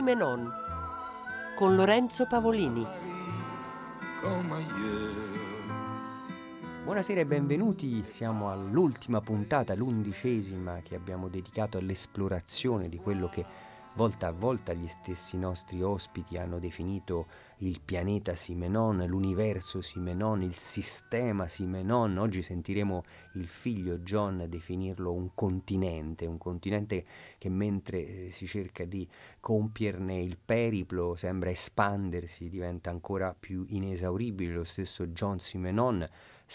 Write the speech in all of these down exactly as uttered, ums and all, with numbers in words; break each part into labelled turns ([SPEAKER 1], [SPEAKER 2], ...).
[SPEAKER 1] Simenon con Lorenzo Pavolini.
[SPEAKER 2] Buonasera e benvenuti, siamo all'ultima puntata, l'undicesima, che abbiamo dedicato all'esplorazione di quello che volta a volta gli stessi nostri ospiti hanno definito il pianeta Simenon, l'universo Simenon, il sistema Simenon. Oggi sentiremo il figlio John definirlo un continente, un continente che mentre si cerca di compierne il periplo sembra espandersi, diventa ancora più inesauribile. Lo stesso John Simenon,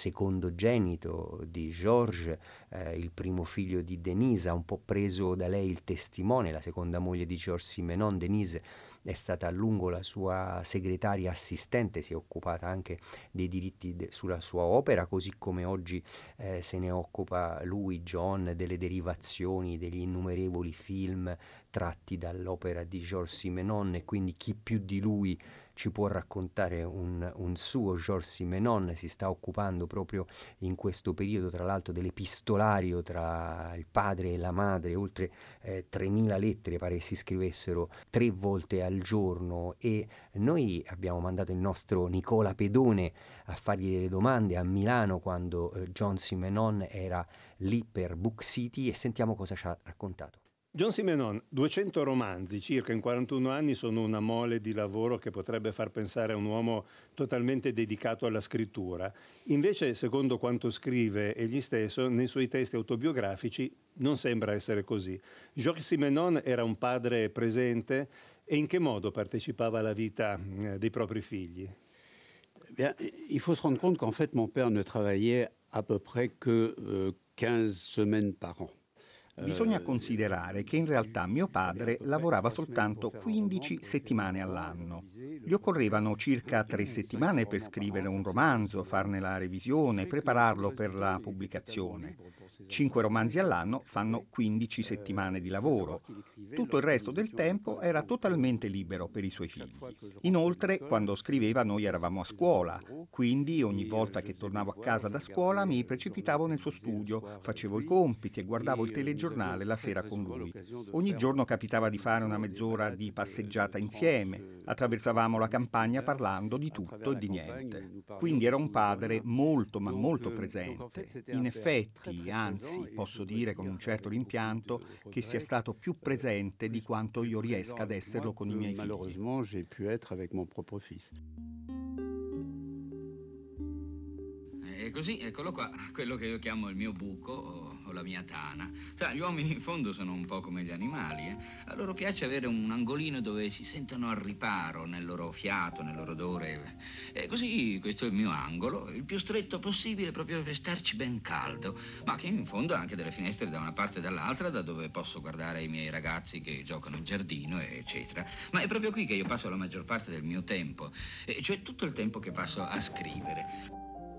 [SPEAKER 2] secondogenito di Georges, eh, il primo figlio di Denise, ha un po' preso da lei il testimone, la seconda moglie di Georges Simenon. Denise è stata a lungo la sua segretaria assistente, si è occupata anche dei diritti de- sulla sua opera, così come oggi eh, se ne occupa lui, John, delle derivazioni degli innumerevoli film tratti dall'opera di Georges Simenon, e quindi chi più di lui ci può raccontare un, un suo. Georges Simenon si sta occupando proprio in questo periodo, tra l'altro, dell'epistolario tra il padre e la madre. Oltre eh, tremila lettere pare si scrivessero tre volte al giorno, e noi abbiamo mandato il nostro Nicola Pedone a fargli delle domande a Milano quando eh, John Simenon era lì per Book City, e sentiamo cosa ci ha raccontato.
[SPEAKER 3] John Simenon, duecento romanzi, circa in quarantuno anni, sono una mole di lavoro che potrebbe far pensare a un uomo totalmente dedicato alla scrittura. Invece, secondo quanto scrive egli stesso, nei suoi testi autobiografici non sembra essere così. Georges Simenon era un padre presente, e in che modo partecipava alla vita eh, dei propri figli?
[SPEAKER 4] Bien, il faut se rendre compte qu'en fait, mon père ne travaillait à peu près que euh, quinze semaines par an.
[SPEAKER 5] Bisogna considerare che in realtà mio padre lavorava soltanto quindici settimane all'anno. Gli occorrevano circa tre settimane per scrivere un romanzo, farne la revisione, prepararlo per la pubblicazione. Cinque romanzi all'anno fanno quindici settimane di lavoro. Tutto il resto del tempo era totalmente libero per i suoi figli. Inoltre, quando scriveva noi eravamo a scuola, quindi ogni volta che tornavo a casa da scuola mi precipitavo nel suo studio, facevo i compiti e guardavo il telegiornale la sera con lui. Ogni giorno capitava di fare una mezz'ora di passeggiata insieme, attraversavamo la campagna parlando di tutto e di niente. Quindi era un padre molto ma molto presente. In effetti, anzi, posso dire con un certo rimpianto che sia stato più presente di quanto io riesca ad esserlo con i miei figli.
[SPEAKER 6] E così, eccolo qua, quello che io chiamo il mio buco o, o la mia tana. Sai, gli uomini in fondo sono un po' come gli animali, eh? A loro piace avere un angolino dove si sentono al riparo nel loro fiato, nel loro odore. E così questo è il mio angolo, il più stretto possibile, proprio per starci ben caldo, ma che in fondo ha anche delle finestre da una parte e dall'altra, da dove posso guardare i miei ragazzi che giocano in giardino, eccetera. Ma è proprio qui che io passo la maggior parte del mio tempo, e cioè tutto il tempo che passo a scrivere.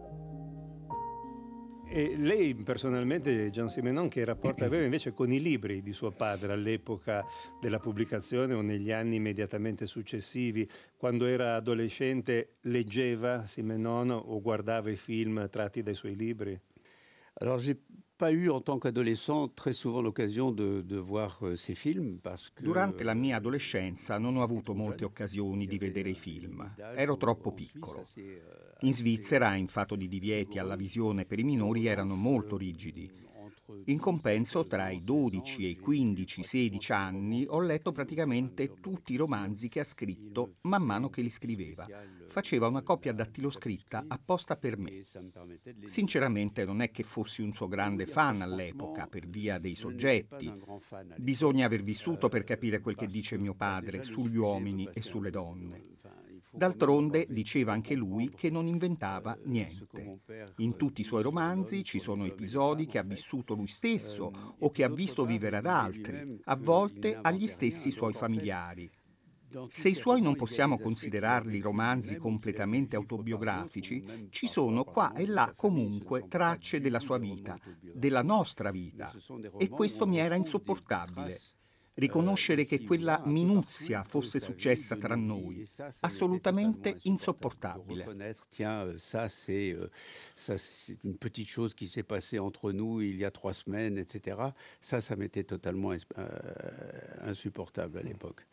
[SPEAKER 3] E lei personalmente, John Simenon, che rapporto aveva invece con i libri di suo padre all'epoca della pubblicazione o negli anni immediatamente successivi? Quando era adolescente leggeva Simenon o guardava i film tratti dai suoi libri?
[SPEAKER 4] Alors, j'ai pas eu en tant qu'adolescent très souvent l'occasion de, de voir euh, ces films parce que
[SPEAKER 5] Durante la mia adolescenza non ho avuto molte occasioni di vedere i film. Ero troppo piccolo. In Svizzera, in fatto di divieti alla visione per i minori, erano molto rigidi. In compenso, tra i dodici e i quindici sedici anni, ho letto praticamente tutti i romanzi che ha scritto man mano che li scriveva. Faceva una copia dattiloscritta apposta per me. Sinceramente non è che fossi un suo grande fan all'epoca, per via dei soggetti. Bisogna aver vissuto per capire quel che dice mio padre sugli uomini e sulle donne. D'altronde diceva anche lui che non inventava niente. In tutti i suoi romanzi ci sono episodi che ha vissuto lui stesso o che ha visto vivere ad altri, a volte agli stessi suoi familiari. Se i suoi non possiamo considerarli romanzi completamente autobiografici, ci sono qua e là comunque tracce della sua vita, della nostra vita, e questo mi era insopportabile. Riconoscere che quella minuzia fosse successa tra noi, assolutamente insopportabile.
[SPEAKER 4] Tiens, ça c'est euh, ça c'est une petite chose qui s'est passée entre nous il y a trois semaines, et cetera. Ça, ça m'était totalement euh, insupportable à l'époque.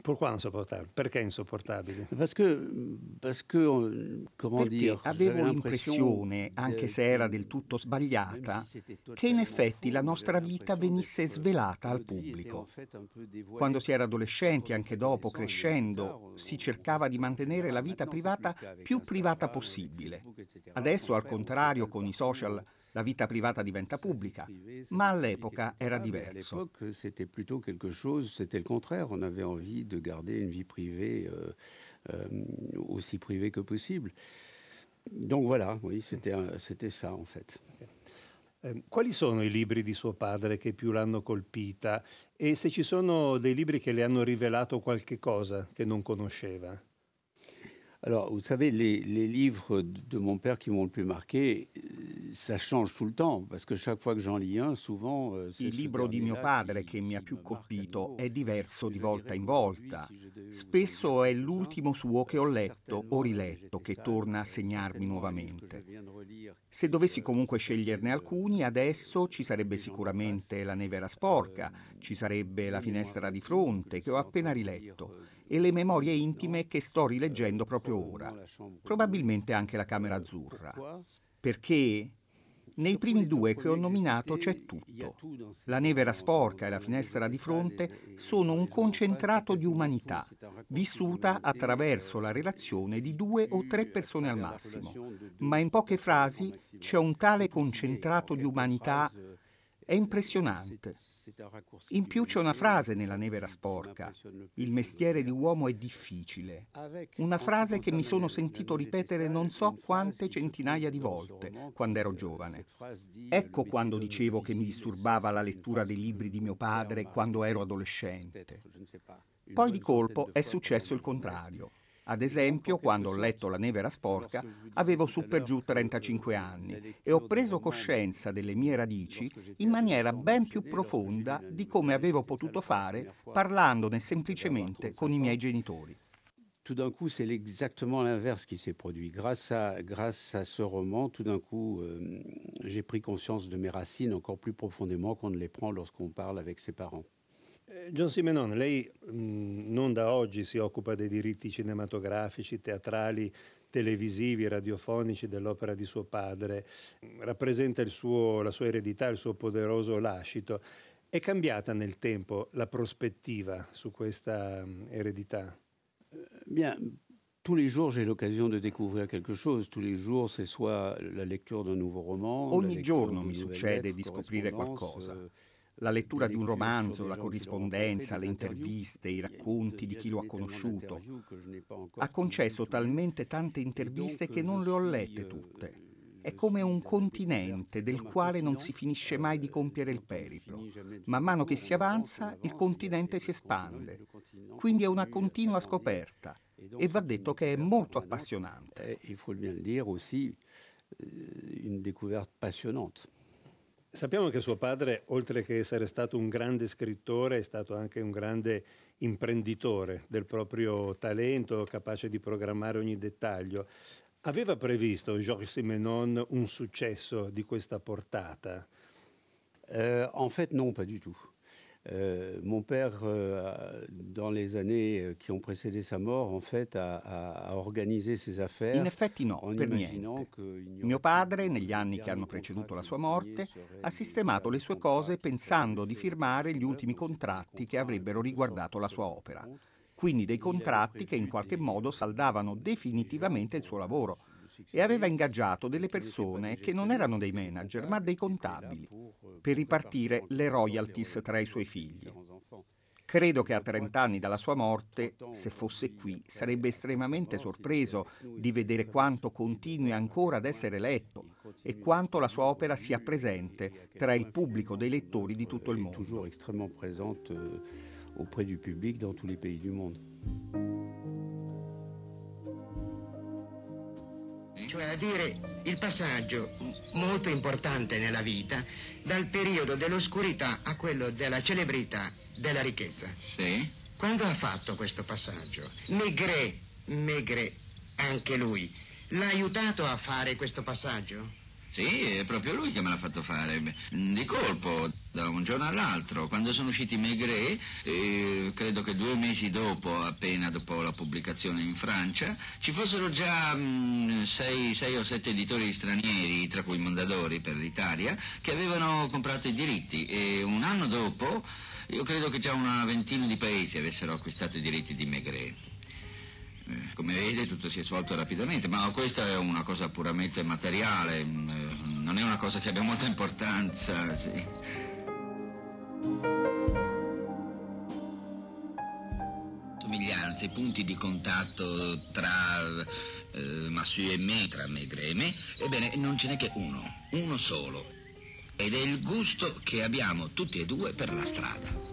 [SPEAKER 3] Pourquoi insopportabile? Perché insopportabile?
[SPEAKER 4] Parce que, parce que, comment
[SPEAKER 5] Perché
[SPEAKER 4] dire,
[SPEAKER 5] avevo l'impressione, anche se era del tutto sbagliata, che in effetti la nostra vita venisse svelata al pubblico. Quando si era adolescenti, anche dopo, crescendo, si cercava di mantenere la vita privata più privata possibile. Adesso, al contrario, con i social, la vita privata diventa pubblica, ma all'epoca era diverso.
[SPEAKER 4] All'epoca c'était plutôt quelque chose, c'était le contraire. On avait envie de garder une vie privée euh, euh, aussi privée que possible. Donc voilà, oui, c'était c'était ça en fait.
[SPEAKER 3] Eh, quali sono i libri di suo padre che più l'hanno colpita e se ci sono dei libri che le hanno rivelato qualche cosa che non conosceva?
[SPEAKER 4] Alors, vous savez, les, les livres de mon père qui m'ont le plus marqué, ça change tout le temps, parce que chaque fois que j'en lis un, souvent...
[SPEAKER 5] Il libro di mio padre che mi ha più colpito è diverso di volta in volta. Spesso è l'ultimo suo che ho letto o riletto che torna a segnarmi nuovamente. Se dovessi comunque sceglierne alcuni, adesso ci sarebbe sicuramente La neve era sporca, ci sarebbe La finestra di fronte, che ho appena riletto, e Le memorie intime che sto rileggendo proprio ora. Probabilmente anche La camera azzurra. Perché nei primi due che ho nominato c'è tutto. La neve era sporca e La finestra di fronte sono un concentrato di umanità, vissuta attraverso la relazione di due o tre persone al massimo. Ma in poche frasi c'è un tale concentrato di umanità. È impressionante. In più c'è una frase nella neve era sporca. Il mestiere di uomo è difficile. Una frase che mi sono sentito ripetere non so quante centinaia di volte quando ero giovane. Ecco quando dicevo che mi disturbava la lettura dei libri di mio padre quando ero adolescente. Poi di colpo è successo il contrario. Ad esempio, quando ho letto La neve era sporca, avevo su per giù trentacinque anni e ho preso coscienza delle mie radici in maniera ben più profonda di come avevo potuto fare parlandone semplicemente con i miei genitori.
[SPEAKER 4] Tout d'un coup, c'est exactement l'inverse qui s'est produit. Grâce à, grâce à ce roman, tout d'un coup, euh, j'ai pris conscience de mes racines encore plus profondément qu'on ne les prend lorsqu'on parle avec ses parents.
[SPEAKER 3] John Simenon, lei mh, non da oggi si occupa dei diritti cinematografici, teatrali, televisivi, radiofonici dell'opera di suo padre, rappresenta il suo, la sua eredità, il suo poderoso lascito. È cambiata nel tempo la prospettiva su questa mh, eredità?
[SPEAKER 4] Bien, tous les jours j'ai l'occasion de découvrir quelque chose. Tous les jours c'est soit la lecture d'un nouveau roman.
[SPEAKER 5] Ogni giorno mi succede di scoprire qualcosa. La lettura di un romanzo, la corrispondenza, le interviste, i racconti di chi lo ha conosciuto. Ha concesso talmente tante interviste che non le ho lette tutte. È come un continente del quale non si finisce mai di compiere il periplo. Man mano che si avanza, il continente si espande. Quindi è una continua scoperta. E va detto che è molto appassionante.
[SPEAKER 4] Il faut bien le dire aussi, une découverte passionnante.
[SPEAKER 3] Sappiamo che suo padre, oltre che essere stato un grande scrittore, è stato anche un grande imprenditore del proprio talento, capace di programmare ogni dettaglio. Aveva previsto Georges Simenon un successo di questa portata?
[SPEAKER 4] Euh, en fait, non, pas du tout. Euh, mon père, euh, dans les années qui ont précédé sa mort, en fait, a, a, a organisé ses affaires.
[SPEAKER 5] In effetti no, per niente. Mio padre, negli anni che hanno preceduto la sua morte, ha sistemato le sue cose pensando di firmare gli ultimi contratti che avrebbero riguardato la sua opera. Quindi dei contratti che in qualche modo saldavano definitivamente il suo lavoro. E aveva ingaggiato delle persone che non erano dei manager, ma dei contabili, per ripartire le royalties tra i suoi figli. Credo che a trent'anni dalla sua morte, se fosse qui, sarebbe estremamente sorpreso di vedere quanto continui ancora ad essere letto e quanto la sua opera sia presente tra il pubblico dei lettori di tutto il mondo.
[SPEAKER 4] Toujours extrêmement présente auprès du public dans tous les pays du monde.
[SPEAKER 7] Cioè a dire il passaggio molto importante nella vita dal periodo dell'oscurità a quello della celebrità, della ricchezza.
[SPEAKER 6] Sì?
[SPEAKER 7] Quando ha fatto questo passaggio? Maigret, Maigret, anche lui, l'ha aiutato a fare questo passaggio?
[SPEAKER 6] Sì, è proprio lui che me l'ha fatto fare, di colpo, da un giorno all'altro. Quando sono usciti Maigret, eh, credo che due mesi dopo, appena dopo la pubblicazione in Francia, ci fossero già mh, sei, sei o sette editori stranieri, tra cui Mondadori per l'Italia, che avevano comprato i diritti, e un anno dopo io credo che già una ventina di paesi avessero acquistato i diritti di Maigret. Come vede, tutto si è svolto rapidamente, ma questa è una cosa puramente materiale, non è una cosa che abbia molta importanza, sì. Somiglianze, i punti di contatto tra eh, Massieu e me, tra Maigret e me, ebbene, non ce n'è che uno, uno solo, ed è il gusto che abbiamo tutti e due per la strada.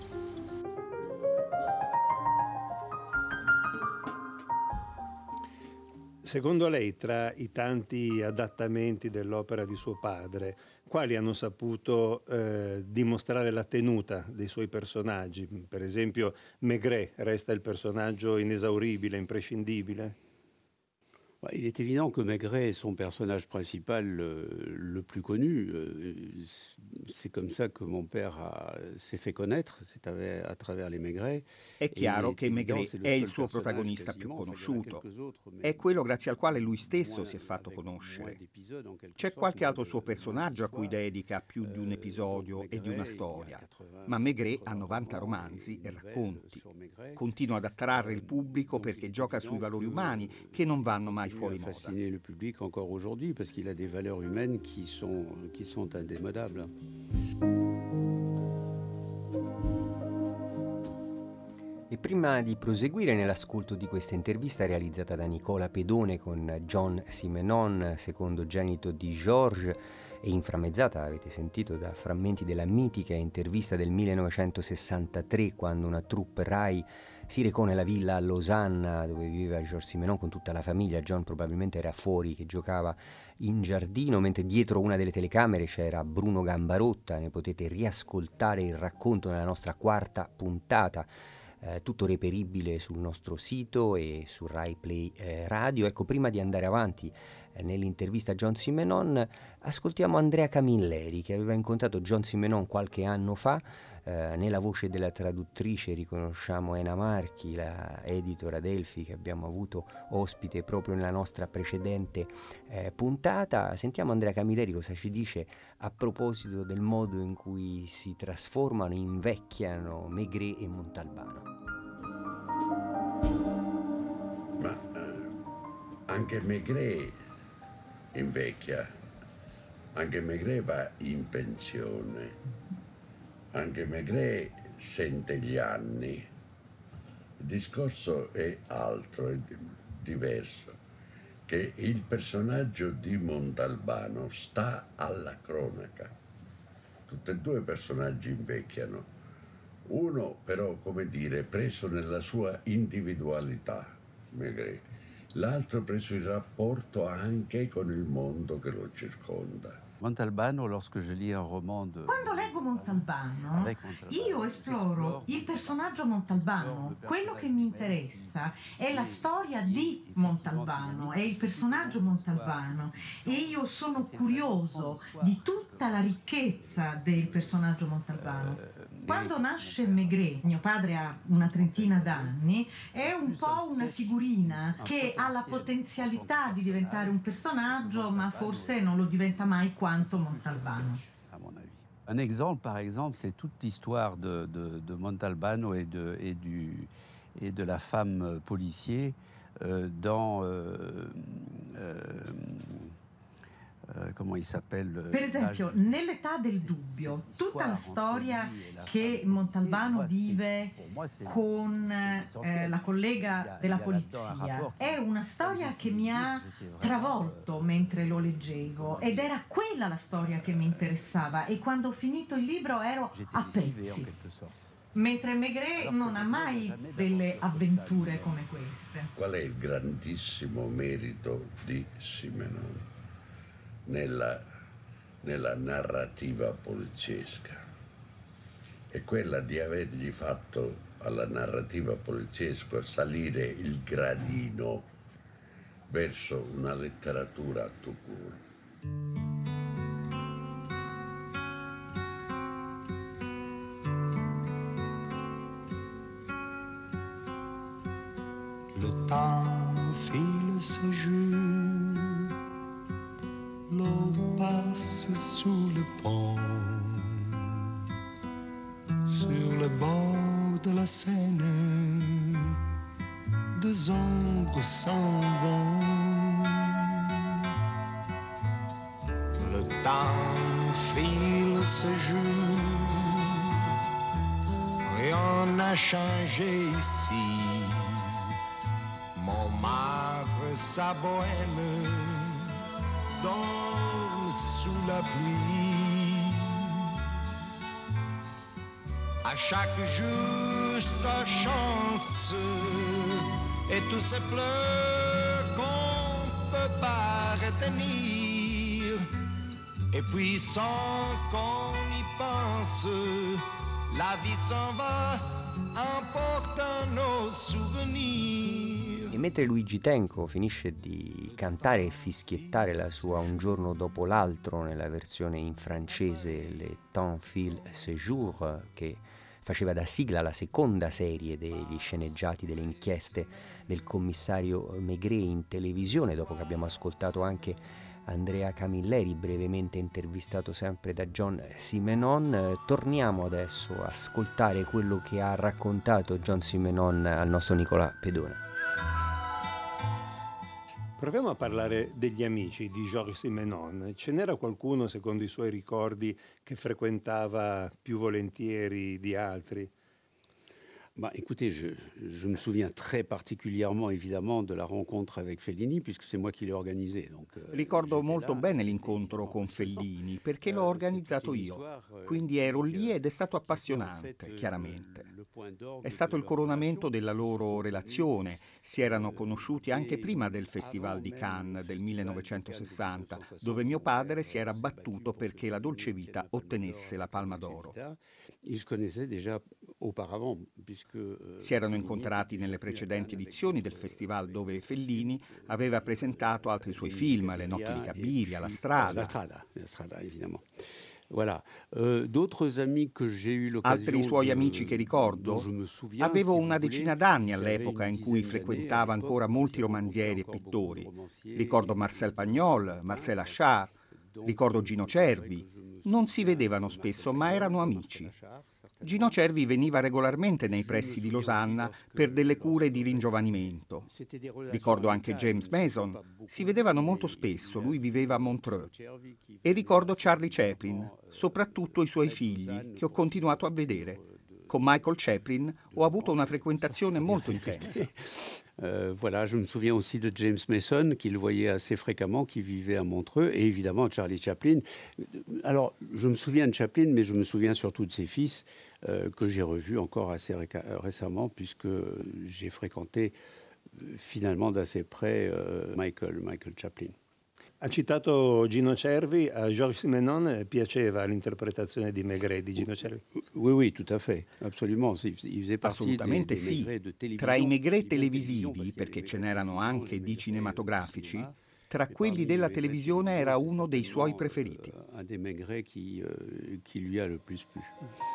[SPEAKER 3] Secondo lei, tra i tanti adattamenti dell'opera di suo padre, quali hanno saputo eh, dimostrare la tenuta dei suoi personaggi? Per esempio, Maigret resta il personaggio inesauribile, imprescindibile?
[SPEAKER 4] Il est évident que Maigret est son personnage principal euh, le plus connu. Euh, c'est comme ça que mon père a, s'est fait connaître, c'est à, à travers les Maigret.
[SPEAKER 5] È chiaro che Maigret è il suo protagonista più conosciuto. È quello grazie al quale lui stesso si è fatto conoscere. C'è qualche altro suo personaggio a cui dedica più di un episodio e di una storia, ma Maigret ha novanta romanzi e racconti. Continua ad attrarre il pubblico perché gioca sui valori umani che non vanno mai fuori moda.
[SPEAKER 4] Fasciner le public encore aujourd'hui parce qu'il a des valeurs humaines qui sont, qui sont indémodables.
[SPEAKER 2] E prima di proseguire nell'ascolto di questa intervista realizzata da Nicola Pedone con John Simenon, secondogenito di Georges, e inframmezzata, avete sentito, da frammenti della mitica intervista del millenovecentosessantatré, quando una troupe Rai si recò nella villa a Losanna dove viveva Georges Simenon con tutta la famiglia. John probabilmente era fuori che giocava in giardino, mentre dietro una delle telecamere c'era Bruno Gambarotta. Ne potete riascoltare il racconto nella nostra quarta puntata, eh, tutto reperibile sul nostro sito e su Rai Play eh, Radio. Ecco, prima di andare avanti eh, nell'intervista a John Simenon, ascoltiamo Andrea Camilleri, che aveva incontrato John Simenon qualche anno fa. Eh, nella voce della traduttrice riconosciamo Ena Marchi, la editor ad Elfi che abbiamo avuto ospite proprio nella nostra precedente eh, puntata. Sentiamo Andrea Camilleri cosa ci dice a proposito del modo in cui si trasformano, invecchiano Maigret e Montalbano.
[SPEAKER 8] Ma eh, anche Maigret invecchia, anche Maigret va in pensione. Anche Maigret sente gli anni. Il discorso è altro, è diverso, che il personaggio di Montalbano sta alla cronaca. Tutti e due i personaggi invecchiano. Uno però, come dire, preso nella sua individualità, Maigret. L'altro preso in rapporto anche con il mondo che lo circonda.
[SPEAKER 4] Montalbano, lorsque je lis un roman de...
[SPEAKER 9] Quando leggo Montalbano, io esploro il personaggio Montalbano. Quello che mi interessa è la storia di Montalbano, è il personaggio Montalbano, e io sono curioso di tutta la ricchezza del personaggio Montalbano. Quando nasce Maigret, mio padre ha una trentina d'anni, è un po' una figurina che ha la potenzialità di diventare un personaggio, ma forse non lo diventa mai quanto Montalbano.
[SPEAKER 4] Un exemple, par exemple, c'est toute l'histoire de, de, de Montalbano et de, et, du, et de la femme policier euh, dans... Euh, euh, Come il s'appelle?
[SPEAKER 9] Per esempio, nell'età del dubbio, tutta la storia che Montalbano vive con eh, la collega della polizia è una storia che mi ha travolto mentre lo leggevo, ed era quella la storia che mi interessava, e quando ho finito il libro ero a pezzi. Mentre Maigret non ha mai delle avventure come queste.
[SPEAKER 8] Qual è il grandissimo merito di Simenon? Nella, nella narrativa poliziesca è quella di avergli fatto alla narrativa poliziesca salire il gradino verso una letteratura tout court.
[SPEAKER 10] temps file ce jour, l'eau passe sous le pont, sur le bord de la Seine, deux ombres s'en vont. Le temps file ce jour, rien n'a changé ici. Montmartre, sa bohème, dorme sous la pluie. À chaque jour sa chance, et tous ces pleurs qu'on peut pas retenir. Et puis sans qu'on y pense, la vie s'en va, emportant nos souvenirs.
[SPEAKER 2] E mentre Luigi Tenco finisce di cantare e fischiettare la sua Un giorno dopo l'altro nella versione in francese Le temps file ce jour, che faceva da sigla la seconda serie degli sceneggiati delle inchieste del commissario Maigret in televisione, dopo che abbiamo ascoltato anche Andrea Camilleri, brevemente intervistato sempre da John Simenon, eh, torniamo adesso a ascoltare quello che ha raccontato John Simenon al nostro Nicola Pedone.
[SPEAKER 3] Proviamo a parlare degli amici di Georges Simenon. Ce n'era qualcuno, secondo i suoi ricordi, che frequentava più volentieri di altri?
[SPEAKER 4] Bah, écoutez, je, je me souviens très particulièrement évidemment de la rencontre avec Fellini, puisque c'est moi qui l'ai organisé. Donc, euh,
[SPEAKER 5] Ricordo molto bene l'incontro con Fellini, perché l'ho organizzato io, quindi ero lì ed è stato appassionante, chiaramente. È stato il coronamento della loro relazione, si erano conosciuti anche prima del Festival di Cannes del millenovecentosessanta, dove mio padre si era battuto perché La Dolce Vita ottenesse la Palma d'Oro. Si erano incontrati nelle precedenti edizioni del festival, dove Fellini aveva presentato altri suoi film, Le notti di Cabiria, La strada.
[SPEAKER 4] La strada, la strada, évidemment. Voilà. Euh, d'autres amis que j'ai eu l'occasion
[SPEAKER 5] Altri suoi amici che ricordo, avevo una decina d'anni all'epoca in cui frequentava ancora molti romanzieri e pittori. Ricordo Marcel Pagnol, Marcel Achard, ricordo Gino Cervi. Non si vedevano spesso, ma erano amici. Gino Cervi veniva regolarmente nei pressi di Losanna per delle cure di ringiovanimento. Ricordo anche James Mason. Si vedevano molto spesso, lui viveva a Montreux. E ricordo Charlie Chaplin, soprattutto i suoi figli, che ho continuato a vedere. Con Michael Chaplin ho avuto una frequentazione molto intensa.
[SPEAKER 4] Euh, voilà, je me souviens aussi de James Mason, qu'il voyait assez fréquemment, qui vivait à Montreux, et évidemment Charlie Chaplin. Alors, je me souviens de Chaplin, mais je me souviens surtout de ses fils, euh, que j'ai revus encore assez ré- récemment, puisque j'ai fréquenté euh, finalement d'assez près euh, Michael, Michael Chaplin.
[SPEAKER 3] Ha citato Gino Cervi, a Georges Simenon piaceva l'interpretazione di Maigret di Gino Cervi?
[SPEAKER 4] Oui, oui, tout à fait, absolument. Il faisait partie
[SPEAKER 5] Assolutamente
[SPEAKER 4] des, des
[SPEAKER 5] sì.
[SPEAKER 4] Maigret de télévision.
[SPEAKER 5] Tra i Maigret televisivi, perché ce n'erano anche di cinematografici, tra quelli della televisione era uno dei suoi preferiti.
[SPEAKER 4] Un des Maigret qui, euh, qui lui a le plus plu.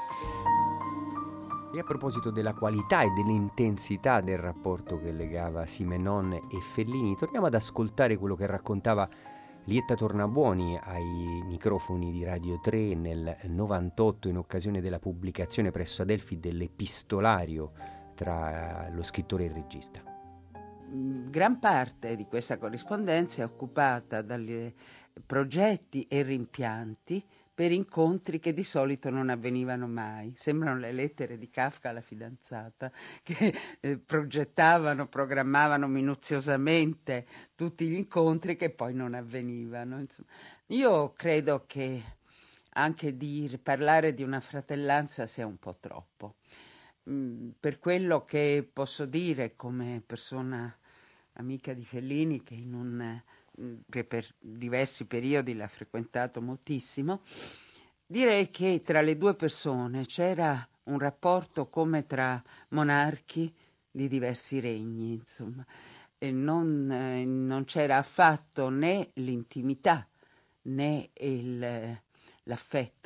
[SPEAKER 2] E a proposito della qualità e dell'intensità del rapporto che legava Simenon e Fellini, torniamo ad ascoltare quello che raccontava Lietta Tornabuoni ai microfoni di Radio tre nel novantotto in occasione della pubblicazione presso Adelphi dell'epistolario tra lo scrittore e il regista.
[SPEAKER 11] Gran parte di questa corrispondenza è occupata dagli progetti e rimpianti per incontri che di solito non avvenivano mai. Sembrano le lettere di Kafka alla fidanzata, che eh, progettavano, programmavano minuziosamente tutti gli incontri che poi non avvenivano. Insomma, io credo che anche dire, parlare di una fratellanza sia un po' troppo. Mm, per quello che posso dire come persona amica di Fellini, che in un... che per diversi periodi l'ha frequentato moltissimo, direi che tra le due persone c'era un rapporto come tra monarchi di diversi regni, insomma, e non, eh, non c'era affatto né l'intimità né il, l'affetto che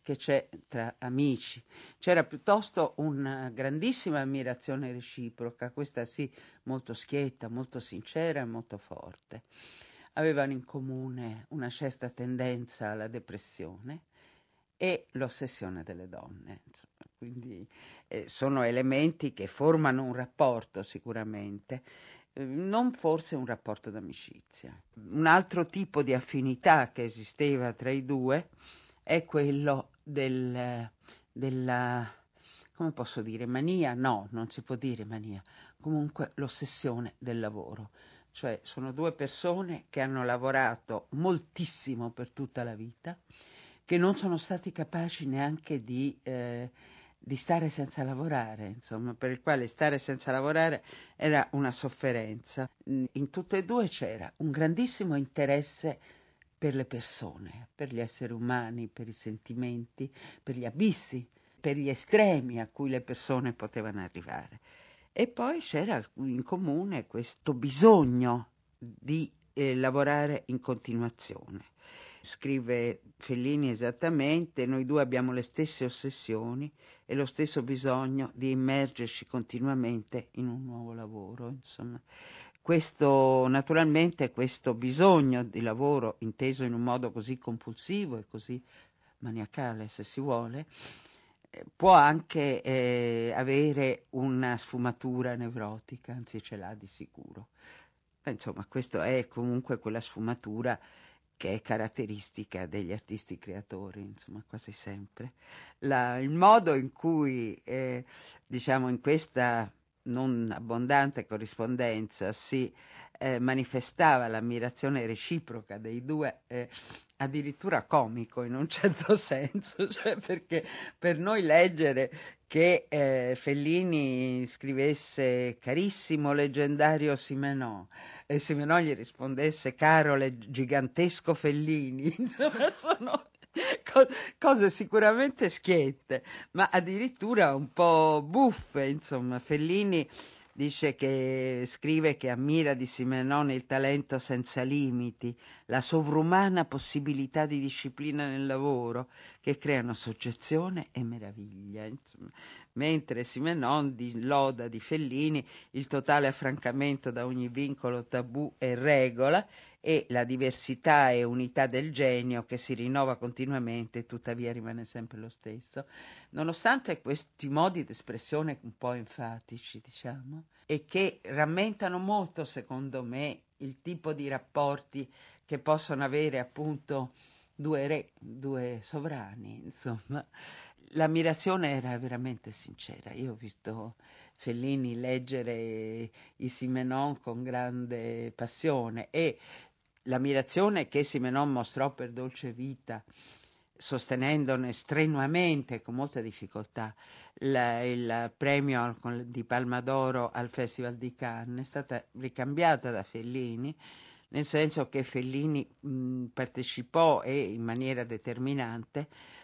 [SPEAKER 11] che c'è tra amici. C'era piuttosto una grandissima ammirazione reciproca, questa sì, molto schietta, molto sincera e molto forte. Avevano in comune una certa tendenza alla depressione e l'ossessione delle donne. Insomma, quindi eh, sono elementi che formano un rapporto sicuramente, eh, non forse un rapporto d'amicizia. Un altro tipo di affinità che esisteva tra i due è quello del, della, come posso dire, mania? No, non si può dire mania, comunque l'ossessione del lavoro. Cioè sono due persone che hanno lavorato moltissimo per tutta la vita, che non sono stati capaci neanche di, eh, di stare senza lavorare, insomma, per il quale stare senza lavorare era una sofferenza. In tutte e due c'era un grandissimo interesse per le persone, per gli esseri umani, per i sentimenti, per gli abissi, per gli estremi a cui le persone potevano arrivare. E poi c'era in comune questo bisogno di eh, lavorare in continuazione. Scrive Fellini esattamente: noi due abbiamo le stesse ossessioni e lo stesso bisogno di immergerci continuamente in un nuovo lavoro. Insomma, questo, naturalmente questo bisogno di lavoro, inteso in un modo così compulsivo e così maniacale, se si vuole, può anche eh, avere una sfumatura nevrotica, anzi ce l'ha di sicuro. Ma insomma, questo è comunque quella sfumatura che è caratteristica degli artisti creatori, insomma, quasi sempre. La, il modo in cui, eh, diciamo, in questa non abbondante corrispondenza si eh, manifestava l'ammirazione reciproca dei due, eh, addirittura comico in un certo senso, cioè perché per noi leggere che eh, Fellini scrivesse carissimo leggendario Simenon e Simenon gli rispondesse caro le- gigantesco Fellini, insomma sono co- cose sicuramente schiette, ma addirittura un po' buffe, insomma. Fellini dice che scrive che ammira di Simenon il talento senza limiti, la sovrumana possibilità di disciplina nel lavoro che creano soggezione e meraviglia. Insomma, mentre Simenon di loda di Fellini il totale affrancamento da ogni vincolo, tabù e regola e la diversità e unità del genio che si rinnova continuamente e tuttavia rimane sempre lo stesso. Nonostante questi modi di espressione un po' enfatici, diciamo, e che rammentano molto, secondo me, il tipo di rapporti che possono avere appunto due re, due sovrani, insomma, l'ammirazione era veramente sincera. Io ho visto Fellini leggere i Simenon con grande passione e l'ammirazione che Simenon mostrò per Dolce Vita, sostenendone strenuamente, con molta difficoltà, la, il premio al, di Palma d'Oro al Festival di Cannes, è stata ricambiata da Fellini, nel senso che Fellini mh, partecipò e in maniera determinante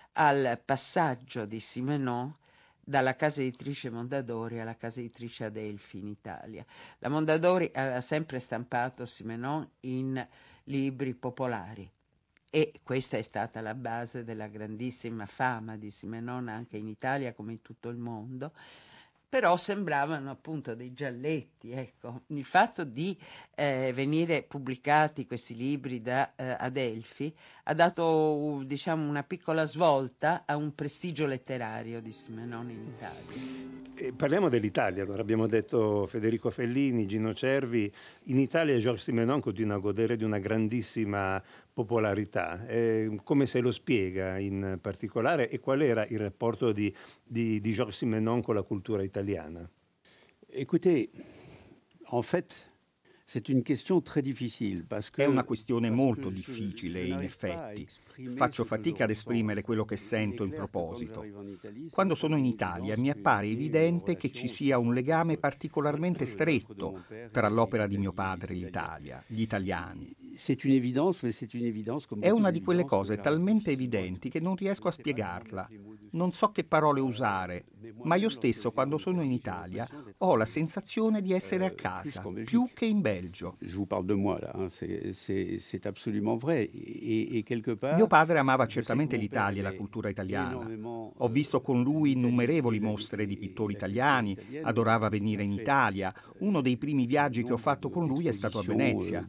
[SPEAKER 11] al passaggio di Simenon dalla casa editrice Mondadori alla casa editrice Adelphi in Italia. La Mondadori aveva sempre stampato Simenon in libri popolari e questa è stata la base della grandissima fama di Simenon anche in Italia come in tutto il mondo. Però sembravano appunto dei gialletti, ecco. Il fatto di eh, venire pubblicati questi libri da eh, Adelphi ha dato, diciamo, una piccola svolta a un prestigio letterario di Simenon in Italia.
[SPEAKER 3] E parliamo dell'Italia, allora abbiamo detto Federico Fellini, Gino Cervi. In Italia Georges Simenon continua a godere di una grandissima popolarità. Eh, come se lo spiega in particolare e qual era il rapporto di, di, di Georges Simenon con la cultura italiana?
[SPEAKER 4] Écoutez, en fait, c'est une question très difficile parce que
[SPEAKER 5] È una questione molto difficile, in effetti. Faccio fatica ad esprimere quello che sento in proposito. Quando sono in Italia mi appare evidente che ci sia un legame particolarmente stretto tra l'opera di mio padre e l'Italia, gli italiani. È una di quelle cose talmente evidenti che non riesco a spiegarla. Non so che parole usare, ma io stesso quando sono in Italia ho la sensazione di essere a casa, più che in Belgio.
[SPEAKER 4] Je vous parle de moi là, hein. c'est, c'est, c'est absolument vrai. Et, et quelque part,
[SPEAKER 5] Mio padre amava certamente l'Italia e la cultura italiana. Ho visto con lui innumerevoli mostre di pittori italiani, adorava venire in Italia. Uno dei primi viaggi che ho fatto con lui è stato a Venezia.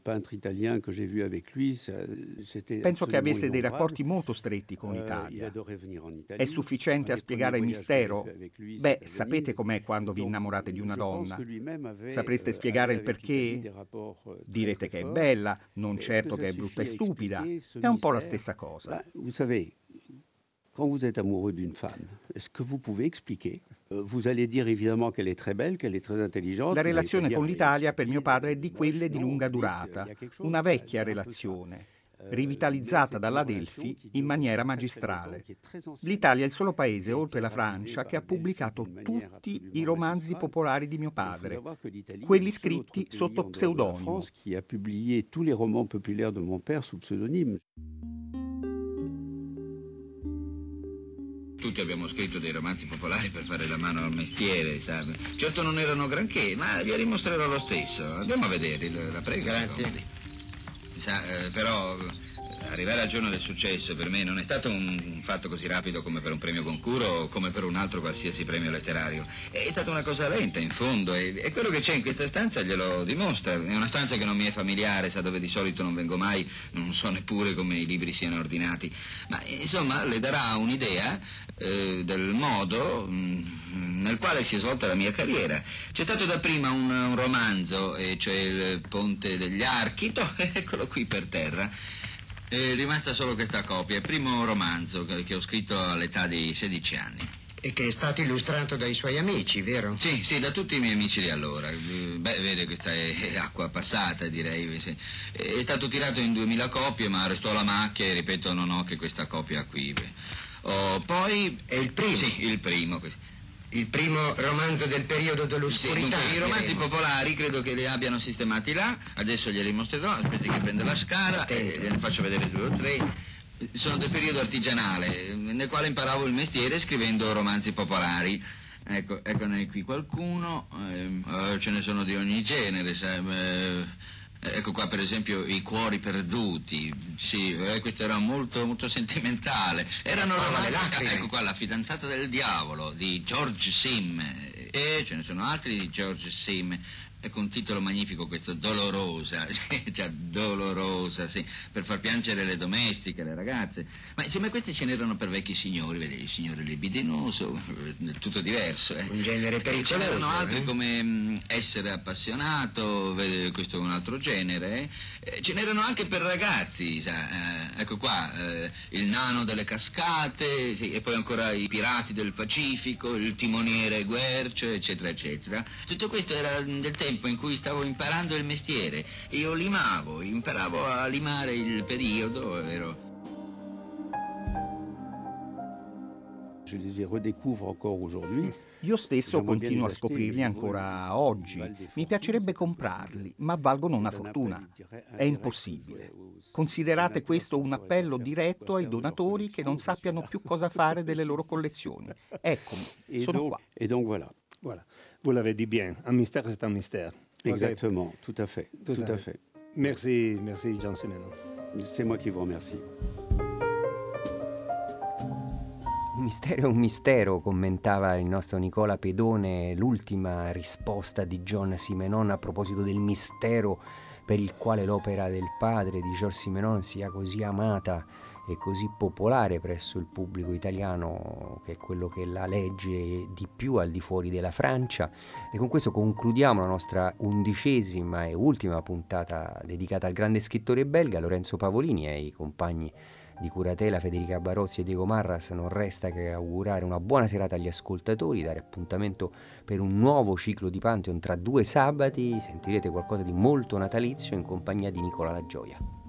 [SPEAKER 5] Penso che avesse dei rapporti molto stretti con l'Italia. È sufficiente a spiegare il mistero? Beh, sapete com'è quando vi innamorate di una donna? Sapreste spiegare il perché? Direte che è bella, non certo che è brutta e stupida. È un po' la stessa cosa.
[SPEAKER 4] Vous savez, quand vous êtes amoureux d'une femme, est-ce que vous pouvez expliquer? Vous allez dire évidemment qu'elle est très belle, qu'elle est très intelligente.
[SPEAKER 5] La relazione con l'Italia per mio padre è di quelle di lunga durata, una vecchia relazione, rivitalizzata dall'Adelphi in maniera magistrale. L'Italia è il solo paese, oltre la Francia, che ha pubblicato tutti i romanzi popolari di mio padre, quelli scritti sotto pseudonimo.
[SPEAKER 4] Qui a publié tous les romans populaires de mon père sous pseudonyme.
[SPEAKER 6] Tutti abbiamo scritto dei romanzi popolari per fare la mano al mestiere, sa. Certo non erano granché, ma vi dimostrerò lo stesso. Andiamo a vederli, la prego.
[SPEAKER 7] Grazie.
[SPEAKER 6] Sa, eh, però arrivare al giorno del successo per me non è stato un, un fatto così rapido come per un premio concorso o come per un altro qualsiasi premio letterario. È stata una cosa lenta in fondo e, e quello che c'è in questa stanza glielo dimostra. È una stanza che non mi è familiare, sa, dove di solito non vengo mai, non so neppure come i libri siano ordinati, ma insomma le darà un'idea eh, del modo mh, nel quale si è svolta la mia carriera. C'è stato dapprima un, un romanzo, e cioè il Ponte degli Archi, no, eccolo qui per terra. È rimasta solo questa copia, il primo romanzo che ho scritto all'età di sedici anni.
[SPEAKER 7] E che è stato illustrato dai suoi amici, vero?
[SPEAKER 6] Sì, sì, da tutti i miei amici di allora. Beh, vede, questa è acqua passata, direi. Sì. È stato tirato in duemila copie, ma restò la macchia e, ripeto, non ho che questa copia qui. Oh, poi...
[SPEAKER 7] È il primo?
[SPEAKER 6] Sì, il primo.
[SPEAKER 7] Il primo romanzo del periodo dell'oscurità.
[SPEAKER 6] Sì, i romanzi popolari credo che li abbiano sistemati là, adesso glieli mostrerò, aspetti che prenda la scala e gliene faccio vedere due o tre. Sono del periodo artigianale, nel quale imparavo il mestiere scrivendo romanzi popolari. Ecco, eccone qui qualcuno, eh, ce ne sono di ogni genere, sai, eh, ecco qua per esempio I cuori perduti, sì, eh, questo era molto, molto sentimentale. Erano romanzi, ecco qua La fidanzata del diavolo di George Sim, e ce ne sono altri di George Sim. Ecco un titolo magnifico questo, Dolorosa, già Dolorosa, sì, per far piangere le domestiche, le ragazze. Ma insieme a questi ce n'erano per vecchi signori, vedi, il signore libidinoso, tutto diverso. Eh.
[SPEAKER 7] Un genere pericoloso.
[SPEAKER 6] Ce n'erano altri
[SPEAKER 7] eh?
[SPEAKER 6] come mh, Essere appassionato, vedi, questo è un altro genere. Eh. Ce n'erano anche per ragazzi, sa, eh, ecco qua, eh, Il nano delle cascate, sì, e poi ancora I pirati del Pacifico, Il timoniere Guercio, eccetera, eccetera. Tutto questo era del tempo in cui stavo imparando il mestiere. Io limavo, imparavo a limare il periodo, vero?
[SPEAKER 4] Je les y redécouvre encore aujourd'hui.
[SPEAKER 5] Io stesso continuo a scoprirli ancora oggi. Mi piacerebbe comprarli, ma valgono una fortuna. È impossibile. Considerate questo un appello diretto ai donatori che non sappiano più cosa fare delle loro collezioni. Eccomi, sono qua.
[SPEAKER 4] Et donc voilà.
[SPEAKER 3] Voilà. Vous l'avez dit bien, un mystère c'est un mystère.
[SPEAKER 4] Exactement, okay. Tout à fait, tout, tout à, à fait. fait.
[SPEAKER 3] Merci, merci John Simenon.
[SPEAKER 4] C'est moi qui vous remercie.
[SPEAKER 2] Un mistero è un mistero, commentava il nostro Nicola Pedone, l'ultima risposta di John Simenon a proposito del mistero per il quale l'opera del padre di Georges Simenon sia così amata e così popolare presso il pubblico italiano, che è quello che la legge di più al di fuori della Francia. E con questo concludiamo la nostra undicesima e ultima puntata dedicata al grande scrittore belga Lorenzo Pavolini, e ai compagni di curatela Federica Barozzi e Diego Marras non resta che augurare una buona serata agli ascoltatori, dare appuntamento per un nuovo ciclo di Pantheon tra due sabati. Sentirete qualcosa di molto natalizio in compagnia di Nicola La Gioia.